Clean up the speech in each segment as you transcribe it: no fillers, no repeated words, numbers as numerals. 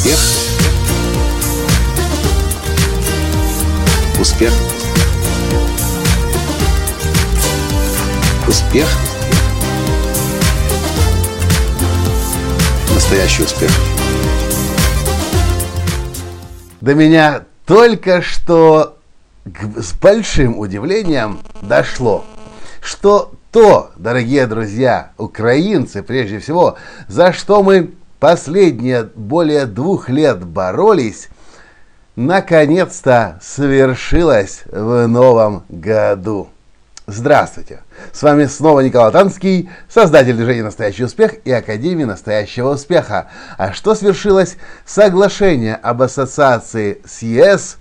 Успех. Успех. Успех. Настоящий успех. До меня только что с большим удивлением дошло, что то, дорогие друзья, украинцы прежде всего, за что мы последние более 2 лет боролись, наконец-то свершилось в новом году. Здравствуйте! С вами снова Николай Танский, создатель движения «Настоящий успех» и Академии настоящего успеха. А что свершилось? Соглашение об ассоциации с ЕС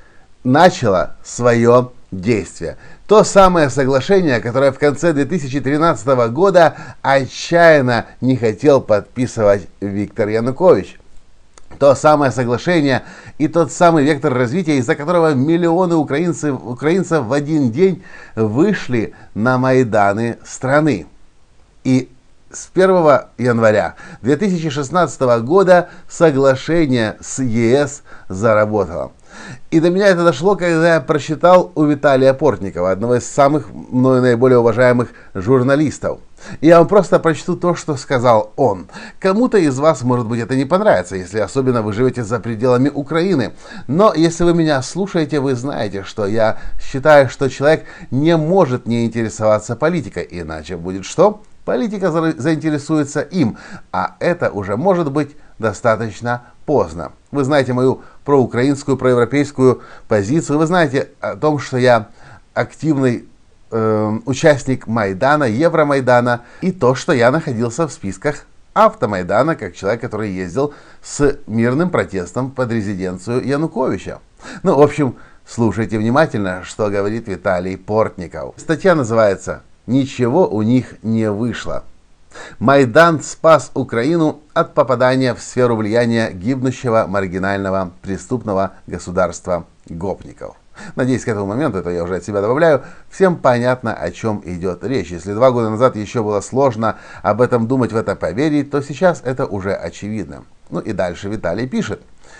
начало свое действие. То самое соглашение, которое в конце 2013 года отчаянно не хотел подписывать Виктор Янукович. То самое соглашение и тот самый вектор развития, из-за которого миллионы украинцев в один день вышли на Майданы страны. И с 1 января 2016 года соглашение с ЕС заработало. И до меня это дошло, когда я прочитал у Виталия Портникова, одного из самых мною наиболее уважаемых журналистов. И я вам просто прочту то, что сказал он. Кому-то из вас, может быть, это не понравится, если особенно вы живете за пределами Украины. Но если вы меня слушаете, вы знаете, что я считаю, что человек не может не интересоваться политикой. Иначе будет что? Политика заинтересуется им. А это уже может быть достаточно поздно. Вы знаете мою проукраинскую, проевропейскую позицию. Вы знаете о том, что я активный участник Майдана, Евромайдана, и то, что я находился в списках Автомайдана, как человек, который ездил с мирным протестом под резиденцию Януковича. Ну, в общем, слушайте внимательно, что говорит Виталий Портников. Статья называется «Ничего у них не вышло». Майдан спас Украину от попадания в сферу влияния гибнущего маргинального преступного государства гопников. Надеюсь, к этому моменту, это я уже от себя добавляю, всем понятно, о чем идет речь. Если 2 года назад еще было сложно об этом думать, в это поверить, то сейчас это уже очевидно. Ну и дальше Виталий пишет.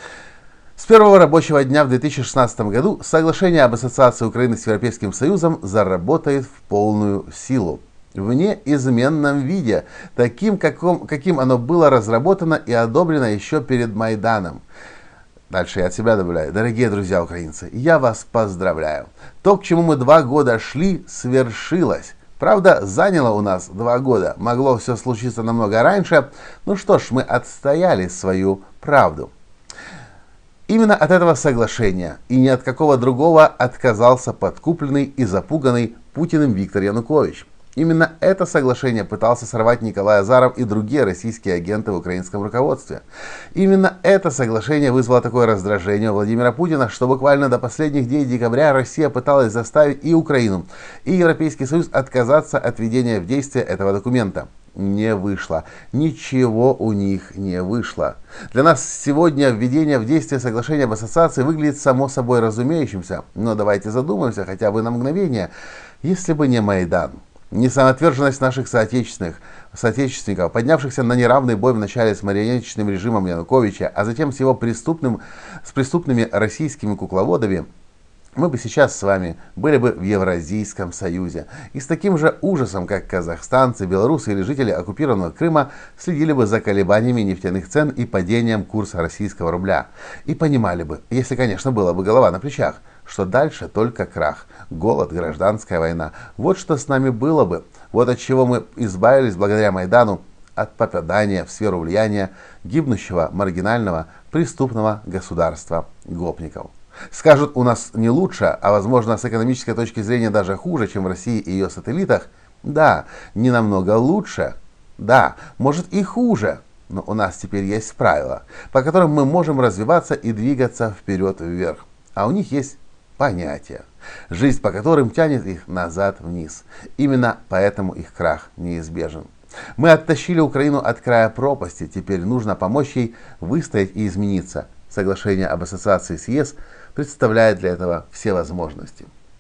С первого рабочего дня в 2016 году соглашение об ассоциации Украины с Европейским Союзом заработает в полную силу. В неизменном виде, таким, каким оно было разработано и одобрено еще перед Майданом. Дальше я от себя добавляю. Дорогие друзья украинцы, я вас поздравляю. То, к чему мы 2 года шли, свершилось. Правда, заняло у нас 2 года. Могло все случиться намного раньше. Ну что ж, мы отстояли свою правду. Именно от этого соглашения и ни от какого другого отказался подкупленный и запуганный Путиным Виктор Янукович. Именно это соглашение пытался сорвать Николай Азаров и другие российские агенты в украинском руководстве. Именно это соглашение вызвало такое раздражение у Владимира Путина, что буквально до последних дней декабря Россия пыталась заставить и Украину, и Европейский Союз отказаться от введения в действие этого документа. Не вышло. Ничего у них не вышло. Для нас сегодня введение в действие соглашения об ассоциации выглядит само собой разумеющимся. Но давайте задумаемся хотя бы на мгновение. Если бы не Майдан, не самоотверженность наших соотечественников, поднявшихся на неравный бой вначале с марионеточным режимом Януковича, а затем с его преступными российскими кукловодами, мы бы сейчас с вами были бы в Евразийском Союзе. И с таким же ужасом, как казахстанцы, белорусы или жители оккупированного Крыма, следили бы за колебаниями нефтяных цен и падением курса российского рубля. И понимали бы, если, конечно, была бы голова на плечах, что дальше только крах, голод, гражданская война. Вот что с нами было бы. Вот от чего мы избавились благодаря Майдану, от попадания в сферу влияния гибнущего маргинального преступного государства гопников. Скажут, у нас не лучше, а возможно с экономической точки зрения даже хуже, чем в России и ее сателлитах. Да, не намного лучше. Да, может и хуже. Но у нас теперь есть правила, по которым мы можем развиваться и двигаться вперед-вверх. А у них есть понятия, жизнь по которым тянет их назад вниз. Именно поэтому их крах неизбежен. Мы оттащили Украину от края пропасти, теперь нужно помочь ей выстоять и измениться. Соглашение об ассоциации с ЕС представляет для этого все возможности.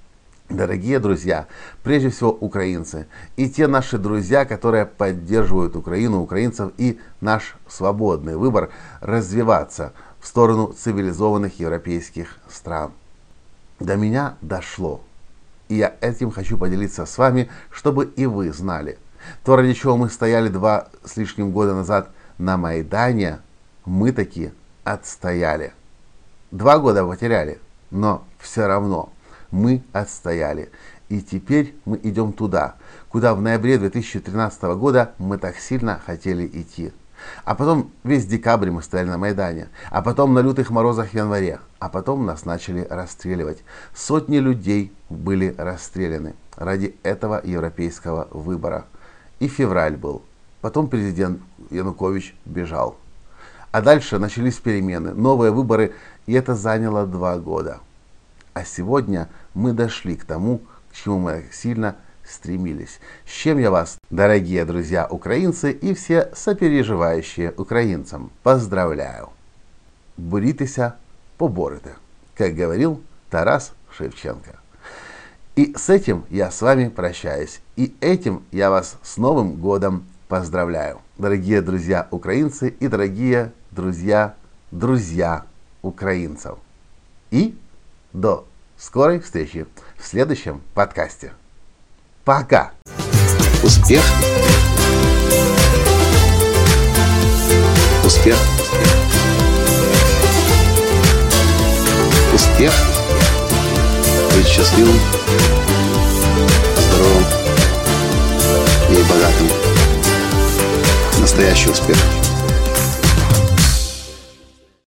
Дорогие друзья, прежде всего украинцы и те наши друзья, которые поддерживают Украину, украинцев и наш свободный выбор развиваться в сторону цивилизованных европейских стран. До меня дошло, и я этим хочу поделиться с вами, чтобы и вы знали. То, ради чего мы стояли 2 с лишним года назад на Майдане, мы таки отстояли. 2 года потеряли, но все равно мы отстояли. И теперь мы идем туда, куда в ноябре 2013 года мы так сильно хотели идти. А потом весь декабрь мы стояли на Майдане. А потом на лютых морозах в январе. А потом нас начали расстреливать. Сотни людей были расстреляны ради этого европейского выбора. И февраль был. Потом президент Янукович бежал. А дальше начались перемены, новые выборы, и это заняло 2 года. А сегодня мы дошли к тому, к чему мы так сильно стремились. С чем я вас, дорогие друзья украинцы и все сопереживающие украинцам, поздравляю. Боритеся, поборете, как говорил Тарас Шевченко. И с этим я с вами прощаюсь. И этим я вас с Новым годом поздравляю. Дорогие друзья украинцы и дорогие друзья украинцев. И до скорой встречи в следующем подкасте. Пока! Успех! Успех! Успех! Быть счастливым, здоровым и богатым. Настоящий успех!